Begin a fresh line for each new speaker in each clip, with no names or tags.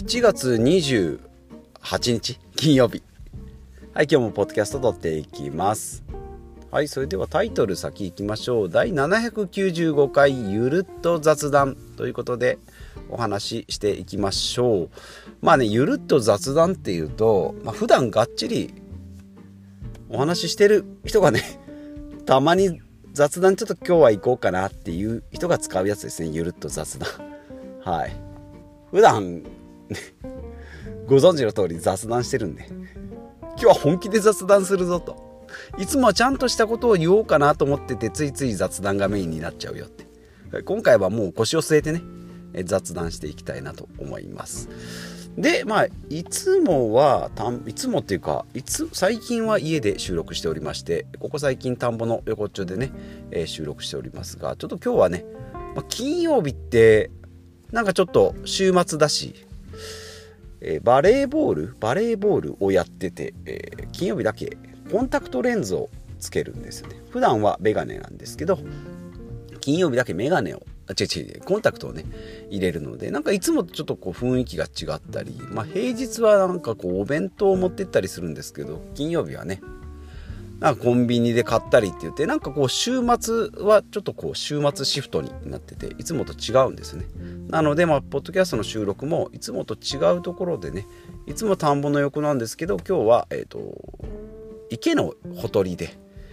1月28日金曜日。はい、今日もポッドキャスト撮っていきます。はい、それではタイトル先行きましょう。第795回ゆるっと雑談ということでお話ししていきましょう。まあね、ゆるっと雑談っていうと、普段がっちりお話ししてる人がね、たまに雑談ちょっと今日は行こうかなっていう人が使うやつですね、ゆるっと雑談。はい。普段ご存知の通り雑談してるんで、今日は本気で雑談するぞと。いつもはちゃんとしたことを言おうかなと思ってて、ついつい雑談がメインになっちゃうよって。今回はもう腰を据えてね、雑談していきたいなと思います。で、いつもっていうか、最近は家で収録しておりまして、ここ最近田んぼの横っちょでね、収録しておりますが、ちょっと今日はね、金曜日ってなんかちょっと週末だし、バレーボールをやってて、金曜日だけコンタクトレンズをつけるんですよね。普段はメガネなんですけど、金曜日だけメガネをコンタクトをね入れるので、なんかいつもとちょっとこう雰囲気が違ったり、平日はなんかこうお弁当を持ってったりするんですけど、金曜日はねなんかコンビニで買ったりって言って、なんかこう週末はちょっとこう週末シフトになってて、いつもと違うんですね。なのでポッドキャストの収録もいつもと違うところでね、いつも田んぼの横なんですけど、今日は池のほとりで、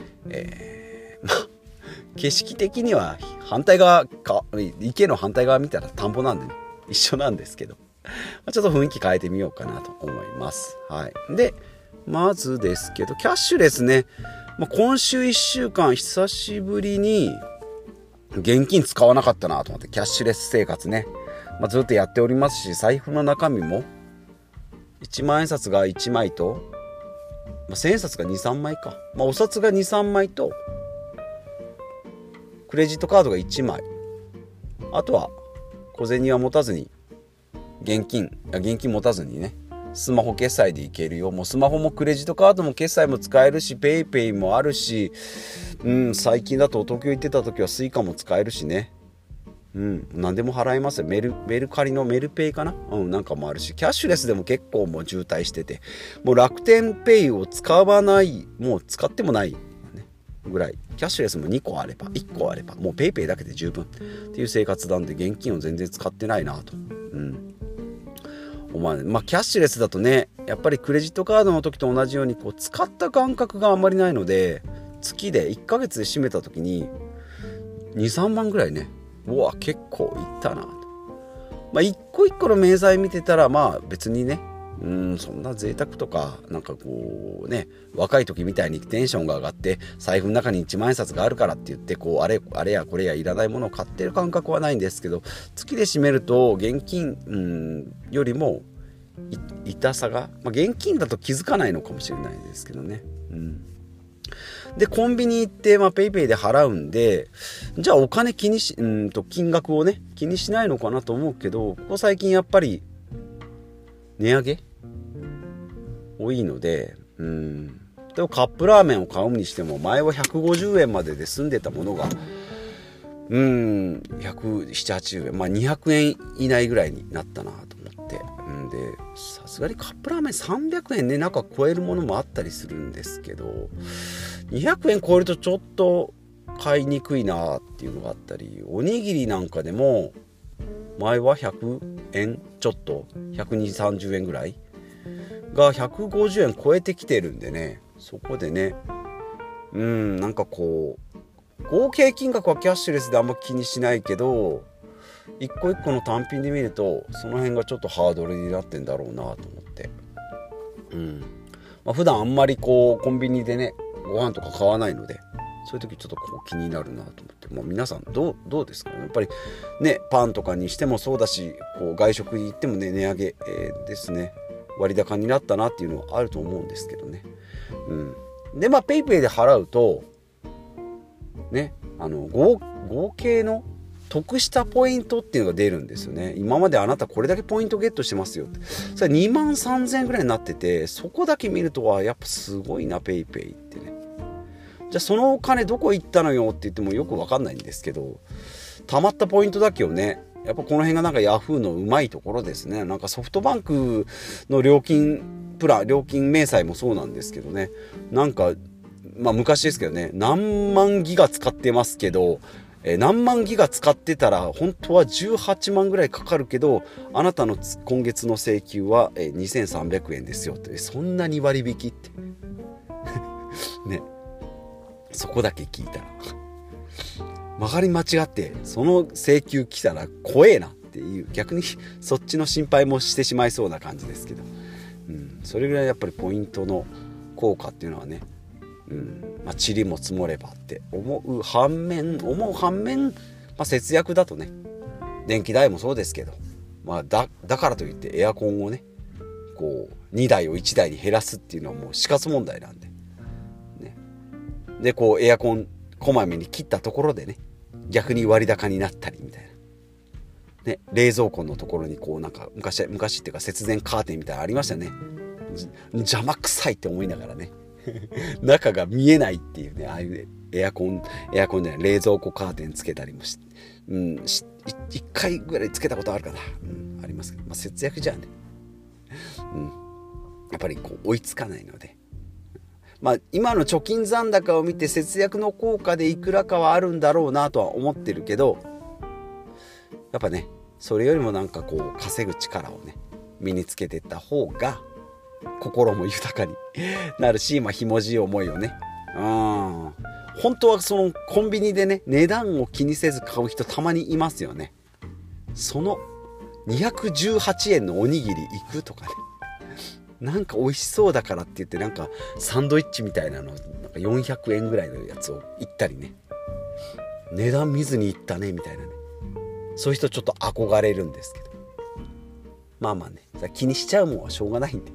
景色的には池の反対側見たら田んぼなんで、ね、一緒なんですけど、ちょっと雰囲気変えてみようかなと思います。はい。で、まずですけど、キャッシュレスね、今週1週間久しぶりに現金使わなかったなと思って、キャッシュレス生活ね、ずっとやっておりますし、財布の中身も1万円札が1枚と、1000円札が 2,3 枚か、お札が 2,3 枚とクレジットカードが1枚、あとは小銭は持たずに現金持たずにね、スマホ決済でいけるよ。もうスマホもクレジットカードも決済も使えるし、ペイペイもあるし、最近だと東京行ってた時はスイカも使えるしね、何でも払えますよ。メルカリのメルペイかな、なんかもあるし、キャッシュレスでも結構もう渋滞してて、もう楽天ペイを使わない、もう使ってもない、ね、ぐらい、キャッシュレスも2個あれば1個あればもうペイペイだけで十分っていう生活なんで、現金を全然使ってないなと。キャッシュレスだとね、やっぱりクレジットカードの時と同じようにこう使った感覚があんまりないので、月で1ヶ月で締めた時に 2,3 万ぐらいね、うわ結構いったなと。一個一個の明細見てたら別にね、そんな贅沢とか、なんかこうね、若い時みたいにテンションが上がって財布の中に1万円札があるからって言ってこうあれやこれやいらないものを買ってる感覚はないんですけど、月で締めると現金よりも痛さが、現金だと気づかないのかもしれないですけどね。でコンビニ行ってペイペイで払うんで、じゃあお金金額をね気にしないのかなと思うけど、ここ最近やっぱり値上げ多いので、でもカップラーメンを買うにしても、前は150円までで済んでたものが170、80円、200円以内ぐらいになったなと思って、でさすがにカップラーメン300円ね、なんか超えるものもあったりするんですけど、200円超えるとちょっと買いにくいなっていうのがあったり、おにぎりなんかでも前は100円ちょっと120、30円ぐらいが150円超えてきてるんでね、そこでね、なんかこう合計金額はキャッシュレスであんま気にしないけど、一個一個の単品で見るとその辺がちょっとハードルになってんだろうなと思って、普段あんまりこうコンビニでねご飯とか買わないので、そういう時ちょっとこう気になるなと思って、皆さんどうですかね。やっぱりね、パンとかにしてもそうだし、こう外食に行ってもね値上げ、ですね、割高になったなっていうのはあると思うんですけどね。でペイペイで払うとね、合計の得したポイントっていうのが出るんですよね。今まであなたこれだけポイントゲットしてますよって、それ2万3000円ぐらいになってて、そこだけ見るとやっぱすごいなペイペイってね。じゃあそのお金どこ行ったのよって言ってもよく分かんないんですけど、貯まったポイントだけをね、 やっぱこの辺がなんかヤフーのうまいところですね。なんかソフトバンクの料金明細もそうなんですけどね、なんか昔ですけどね、何万ギガ使ってますけど、何万ギガ使ってたら本当は18万ぐらいかかるけど、あなたの今月の請求は2300円ですよって、そんなに割引ってね、そこだけ聞いたら曲がり間違ってその請求来たら怖えなっていう、逆にそっちの心配もしてしまいそうな感じですけど、それぐらいやっぱりポイントの効果っていうのはね、塵も積もればって思う反面、節約だとね、電気代もそうですけど、だからといってエアコンをねこう2台を1台に減らすっていうのはもう死活問題なんで、ね、でこうエアコンこまめに切ったところでね、逆に割高になったりみたいな、ね、冷蔵庫のところにこうなんか昔っていうか節電カーテンみたいなのありましたね。邪魔くさいって思いながらね中が見えないっていうね、ああいうエアコンじゃない、冷蔵庫カーテンつけたりもし、1回ぐらいつけたことあるかな、ありますけど、節約じゃね、やっぱりこう追いつかないので、今の貯金残高を見て節約の効果でいくらかはあるんだろうなとは思ってるけど、やっぱねそれよりもなんかこう稼ぐ力をね身につけていった方が心も豊かになるし、ひもじい思いをね、本当はそのコンビニでね値段を気にせず買う人たまにいますよね。その218円のおにぎり行くとかね、なんか美味しそうだからって言ってなんかサンドイッチみたいなのなんか400円ぐらいのやつを行ったりね、値段見ずに行ったねみたいなね、そういう人ちょっと憧れるんですけど、ね気にしちゃうもんはしょうがないんで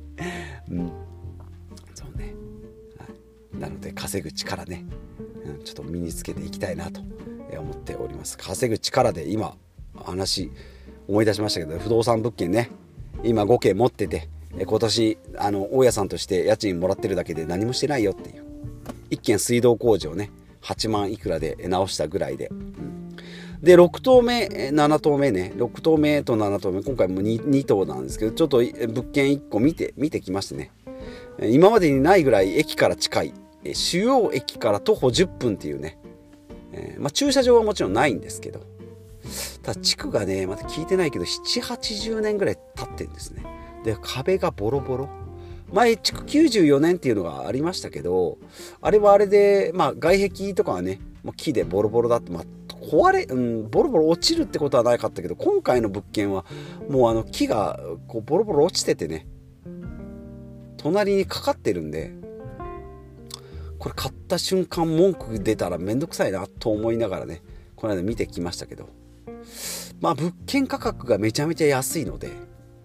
そうね、なので稼ぐ力ね、ちょっと身につけていきたいなと思っております。稼ぐ力で今話思い出しましたけど、不動産物件ね今5件持ってて、今年大家さんとして家賃もらってるだけで何もしてないよっていう、1軒水道工事をね8万いくらで直したぐらいで、で6棟目7棟目ね、6棟目と7棟目今回も 2棟なんですけど、ちょっと物件1個見てきましてね、今までにないぐらい駅から近い、主要駅から徒歩10分っていうね、駐車場はもちろんないんですけど、ただ地区がねまだ聞いてないけど 7,80 年ぐらい経ってるんですね。で壁がボロボロ、前築94年っていうのがありましたけど、あれはあれで外壁とかはね木でボロボロだって、ボロボロ落ちるってことはなかったけど、今回の物件はもう木がこうボロボロ落ちててね、隣にかかってるんで、これ買った瞬間文句出たらめんどくさいなと思いながらねこの間見てきましたけど、物件価格がめちゃめちゃ安いので、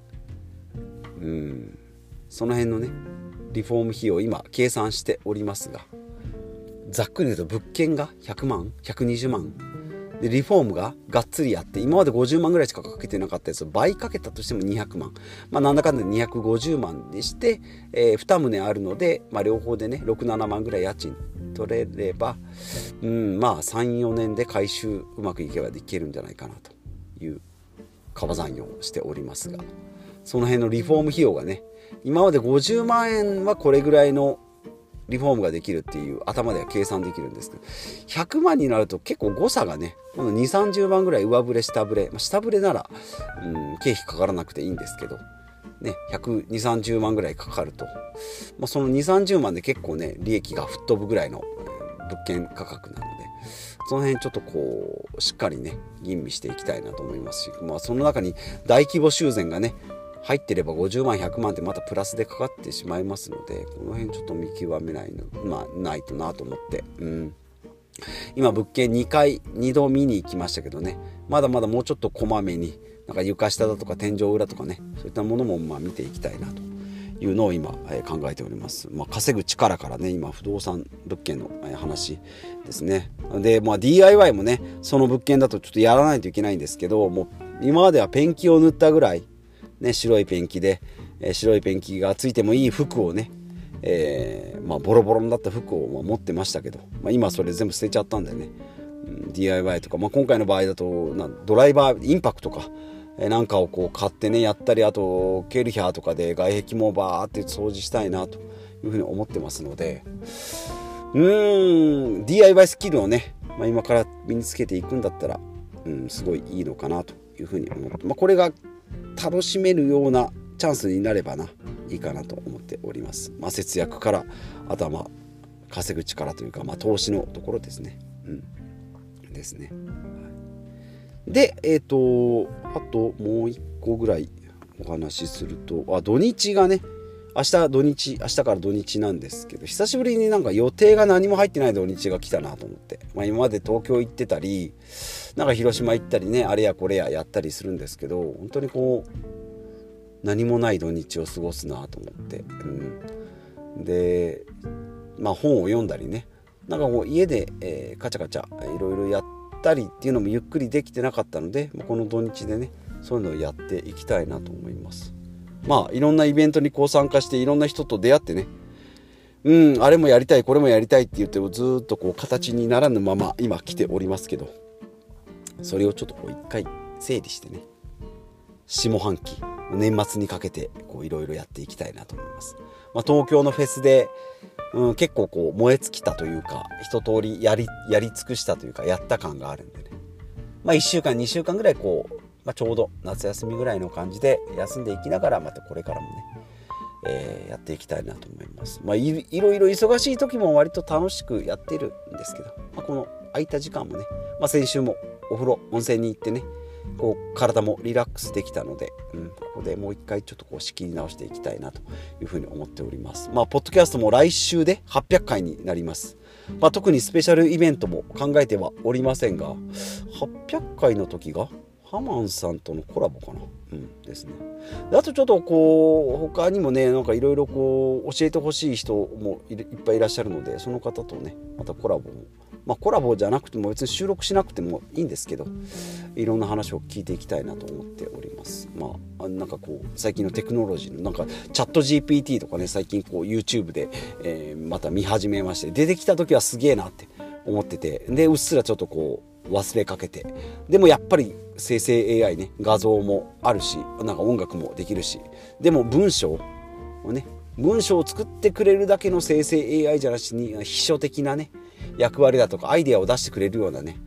その辺のねリフォーム費用今計算しておりますが、ざっくり言うと物件が100万120万で、リフォームががっつりやって今まで50万ぐらいしかかけてなかったやつを倍かけたとしても200万、なんだかんだで250万にして、2棟あるので、両方でね6,7万ぐらい家賃取れれば、3,4 年で回収うまくいけばできるんじゃないかなという川算用をしておりますが、その辺のリフォーム費用がね、今まで50万円はこれぐらいのリフォームができるっていう頭では計算できるんですけど、100万になると結構誤差がね、この 2,30 万ぐらい上振れ下振れ、下振れなら、経費かからなくていいんですけどね、120-30万ぐらいかかると、その 2,30 万で結構ね利益が吹っ飛ぶぐらいの物件価格なので、その辺ちょっとこうしっかりね吟味していきたいなと思いますし、その中に大規模修繕がね入ってれば50万100万ってまたプラスでかかってしまいますので、この辺ちょっと見極めないとなと思って、今物件2度見に行きましたけどね、まだまだもうちょっとこまめになんか床下だとか天井裏とかね、そういったものも見ていきたいなというのを今考えております。稼ぐ力からね今不動産物件の話ですね。でDIY もねその物件だとちょっとやらないといけないんですけど、もう今まではペンキを塗ったぐらいね、白いペンキで、白いペンキがついてもいい服をね、ボロボロになった服を持ってましたけど、今それ全部捨てちゃったんでね、 DIY とか、今回の場合だとドライバーインパクトかなんかをこう買ってねやったり、あとケルヒャーとかで外壁もバーって掃除したいなというふうに思ってますので、DIY スキルをね、今から身につけていくんだったら、すごいいいのかなというふうに思って、これが楽しめるようなチャンスになればいいかなと思っております。節約から、あとは稼ぐ力というか、投資のところですね。ですね。で、あともう一個ぐらいお話しすると、土日がね、明日から土日なんですけど、久しぶりになんか予定が何も入ってない土日が来たなと思って、今まで東京行ってたり、なんか広島行ったりね、あれやこれややったりするんですけど、本当にこう何もない土日を過ごすなと思って、で、本を読んだりね、なんかこう家で、カチャカチャいろいろやったりっていうのもゆっくりできてなかったので、この土日でねそういうのをやっていきたいなと思います。いろんなイベントにこう参加して、いろんな人と出会ってね、あれもやりたいこれもやりたいって言ってもずっとこう形にならぬまま今来ておりますけど、それをちょっとこう一回整理してね、下半期年末にかけてこういろいろやっていきたいなと思います。東京のフェスで、結構こう燃え尽きたというか、一通りやり尽くしたというか、やった感があるんでね、1週間2週間ぐらいこう、ちょうど夏休みぐらいの感じで休んでいきながら、またこれからもね、やっていきたいなと思います。いろいろ忙しい時も割と楽しくやってるんですけど、この空いた時間もね、先週もお風呂温泉に行ってね、こう体もリラックスできたので、ここでもう一回ちょっとこう仕切り直していきたいなというふうに思っております。ポッドキャストも来週で800回になります。特にスペシャルイベントも考えてはおりませんが、800回の時がハマンさんとのコラボかな、ですね。であとちょっとこう他にもね、なんかいろいろこう教えてほしい人もいっぱいいらっしゃるので、その方とねまたコラボも、コラボじゃなくても別に収録しなくてもいいんですけど、いろんな話を聞いていきたいなと思っております。なんかこう最近のテクノロジーのなんかチャット GPT とかね、最近こう YouTube で、また見始めまして、出てきた時はすげえなって思ってて、でうっすらちょっとこう忘れかけて、でもやっぱり生成 AI ね、画像もあるし、なんか音楽もできるし、でも文章を作ってくれるだけの生成 AI じゃなしに、秘書的なね役割だとかアイデアを出してくれるようなね、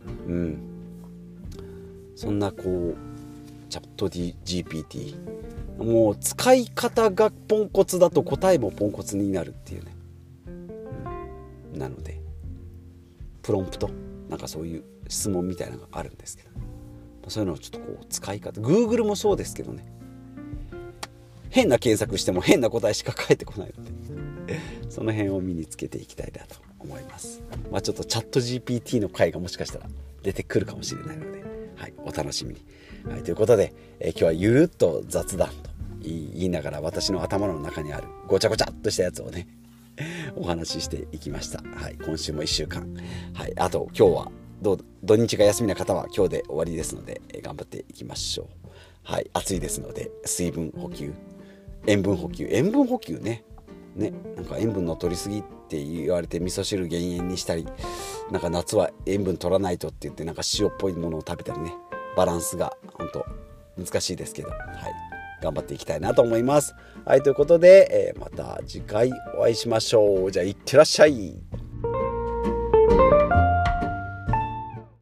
そんなこうチャット GPT、 もう使い方がポンコツだと答えもポンコツになるっていうね、なのでプロンプトなんかそういう質問みたいなのがあるんですけど、そういうのをちょっとこう使い方、 Google もそうですけどね、変な検索しても変な答えしか返ってこないのでその辺を身につけていきたいなと思います。ちょっとチャット GPT の回がもしかしたら出てくるかもしれないので、お楽しみに。ということで、今日はゆるっと雑談と言いながら、私の頭の中にあるごちゃごちゃっとしたやつをねお話ししていきました。今週も1週間、あと今日は土日が休みな方は今日で終わりですので、頑張っていきましょう。暑いですので水分補給、塩分補給ね、なんか塩分の取りすぎって言われて味噌汁減塩にしたり、なんか夏は塩分取らないとって言ってなんか塩っぽいものを食べたりね、バランスが本当難しいですけど、頑張っていきたいなと思います。ということで、また次回お会いしましょう。じゃあいってらっしゃい。